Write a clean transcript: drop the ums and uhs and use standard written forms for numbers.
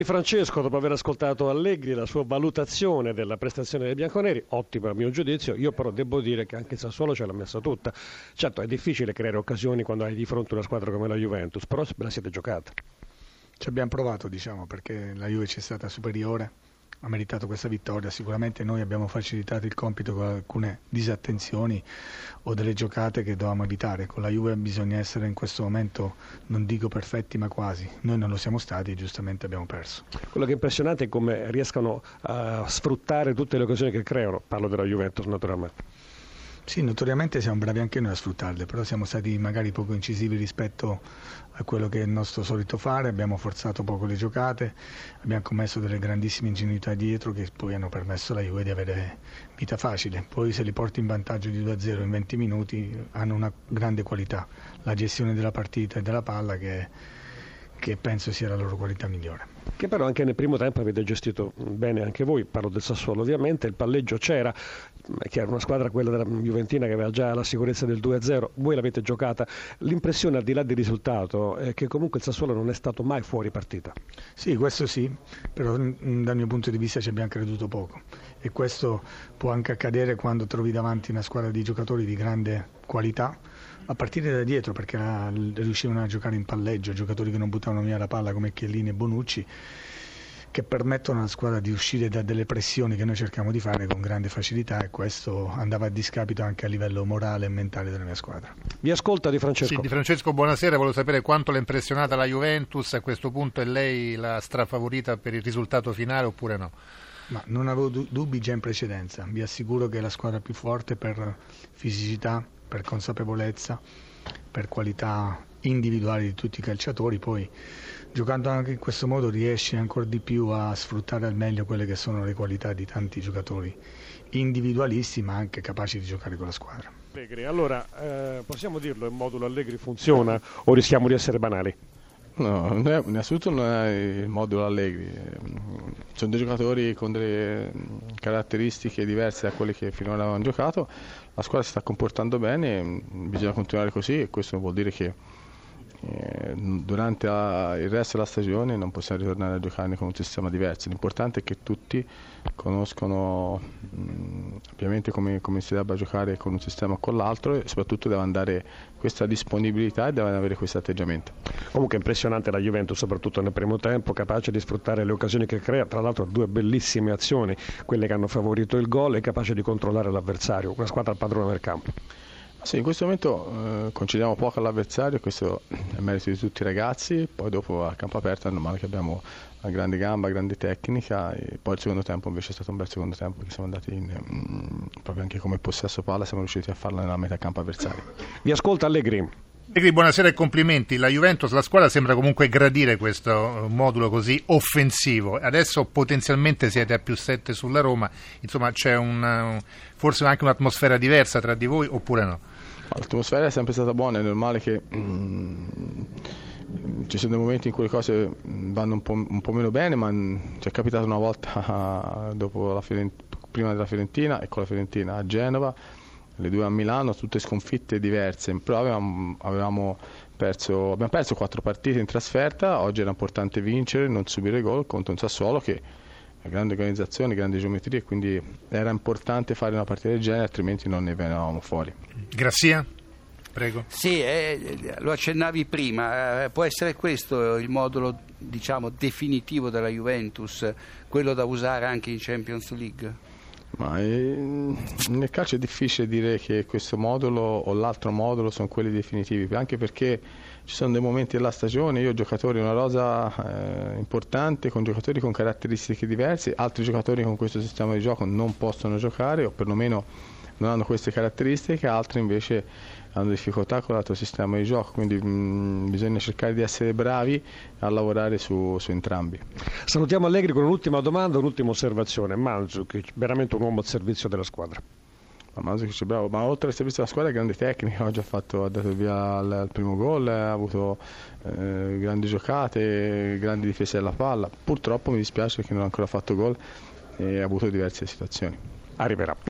Francesco, dopo aver ascoltato Allegri, la sua valutazione della prestazione dei bianconeri, ottima a mio giudizio, io però devo dire che anche il Sassuolo ce l'ha messa tutta. Certo, è difficile creare occasioni quando hai di fronte una squadra come la Juventus, però ve la siete giocata. Ci abbiamo provato, perché la Juve ci è stata superiore, ha meritato questa vittoria. Sicuramente noi abbiamo facilitato il compito con alcune disattenzioni o delle giocate che dovevamo evitare. Con la Juve bisogna essere in questo momento, non dico perfetti, ma quasi. Noi non lo siamo stati e giustamente abbiamo perso. Quello che è impressionante è come riescano a sfruttare tutte le occasioni che creano, parlo della Juventus naturalmente. Sì, notoriamente siamo bravi anche noi a sfruttarle, però siamo stati magari poco incisivi rispetto a quello che è il nostro solito fare, abbiamo forzato poco le giocate, abbiamo commesso delle grandissime ingenuità dietro che poi hanno permesso alla Juve di avere vita facile. Poi se li porti in vantaggio di 2-0 in 20 minuti hanno una grande qualità, la gestione della partita e della palla che penso sia la loro qualità migliore. Che però anche nel primo tempo avete gestito bene anche voi, parlo del Sassuolo ovviamente, il palleggio c'era, che era una squadra, quella della Juventina, che aveva già la sicurezza del 2-0, voi l'avete giocata. L'impressione al di là del risultato è che comunque il Sassuolo non è stato mai fuori partita. Sì, questo sì, però dal mio punto di vista ci abbiamo creduto poco e questo può anche accadere quando trovi davanti una squadra di giocatori di grande qualità, a partire da dietro, perché riuscivano a giocare in palleggio, giocatori che non buttavano via la palla come Chiellini e Bonucci, che permettono alla squadra di uscire da delle pressioni che noi cerchiamo di fare con grande facilità, e questo andava a discapito anche a livello morale e mentale della mia squadra. Vi ascolta Di Francesco. Sì, Di Francesco, buonasera, volevo sapere quanto l'ha impressionata la Juventus, a questo punto è lei la strafavorita per il risultato finale oppure no? Ma non avevo dubbi già in precedenza, vi assicuro che è la squadra più forte per fisicità, per consapevolezza, per qualità individuali di tutti i calciatori. Poi giocando anche in questo modo riesci ancora di più a sfruttare al meglio quelle che sono le qualità di tanti giocatori individualisti, ma anche capaci di giocare con la squadra. Allegri, allora possiamo dirlo, il modulo Allegri funziona o rischiamo di essere banali? No, innanzitutto non è il modulo Allegri, sono due giocatori con delle caratteristiche diverse da quelle che finora avevano giocato, la squadra si sta comportando bene, bisogna continuare così e questo vuol dire che durante il resto della stagione non possiamo ritornare a giocare con un sistema diverso. L'importante è che tutti conoscono ovviamente come si debba giocare con un sistema o con l'altro, e soprattutto deve andare questa disponibilità e deve avere questo atteggiamento. Comunque è impressionante la Juventus, soprattutto nel primo tempo, capace di sfruttare le occasioni che crea, tra l'altro due bellissime azioni, quelle che hanno favorito il gol, e capace di controllare l'avversario, una squadra padrona del campo. Sì, in questo momento concediamo poco all'avversario, questo è merito di tutti i ragazzi, poi dopo a campo aperto è normale che abbiamo una grande gamba, grande tecnica, e poi il secondo tempo invece è stato un bel secondo tempo, che siamo andati proprio anche come possesso palla, siamo riusciti a farla nella metà campo avversario. Vi ascolta Allegri. Allegri, buonasera e complimenti. La Juventus, la squadra sembra comunque gradire questo modulo così offensivo. Adesso potenzialmente siete a +7 sulla Roma, insomma c'è forse anche un'atmosfera diversa tra di voi oppure no? L'atmosfera è sempre stata buona, è normale che ci sono dei momenti in cui le cose vanno un po' meno bene, ma ci è capitato una volta prima della Fiorentina e con la Fiorentina a Genova, le due a Milano, tutte sconfitte diverse, però abbiamo perso 4 partite in trasferta. Oggi era importante vincere, non subire gol contro un Sassuolo che ha grande organizzazione, grande geometria, e quindi era importante fare una partita del genere, altrimenti non ne venivamo fuori. Grazia? Prego. Sì, lo accennavi prima, può essere questo il modulo, diciamo, definitivo della Juventus, quello da usare anche in Champions League? Ma nel calcio è difficile dire che questo modulo o l'altro modulo sono quelli definitivi, anche perché ci sono dei momenti della stagione, io ho giocatori, una rosa importante con giocatori con caratteristiche diverse, altri giocatori con questo sistema di gioco non possono giocare o perlomeno non hanno queste caratteristiche, altri invece hanno difficoltà con l'altro sistema di gioco, quindi bisogna cercare di essere bravi a lavorare su entrambi. Salutiamo Allegri con un'ultima domanda, un'ultima osservazione. Mandzukic, veramente un uomo al servizio della squadra. Mandzukic è bravo, ma oltre al servizio della squadra è grande tecnica, oggi ha dato il via al primo gol, ha avuto grandi giocate, grandi difese della palla, purtroppo mi dispiace che non ha ancora fatto gol e ha avuto diverse situazioni. Arriverà.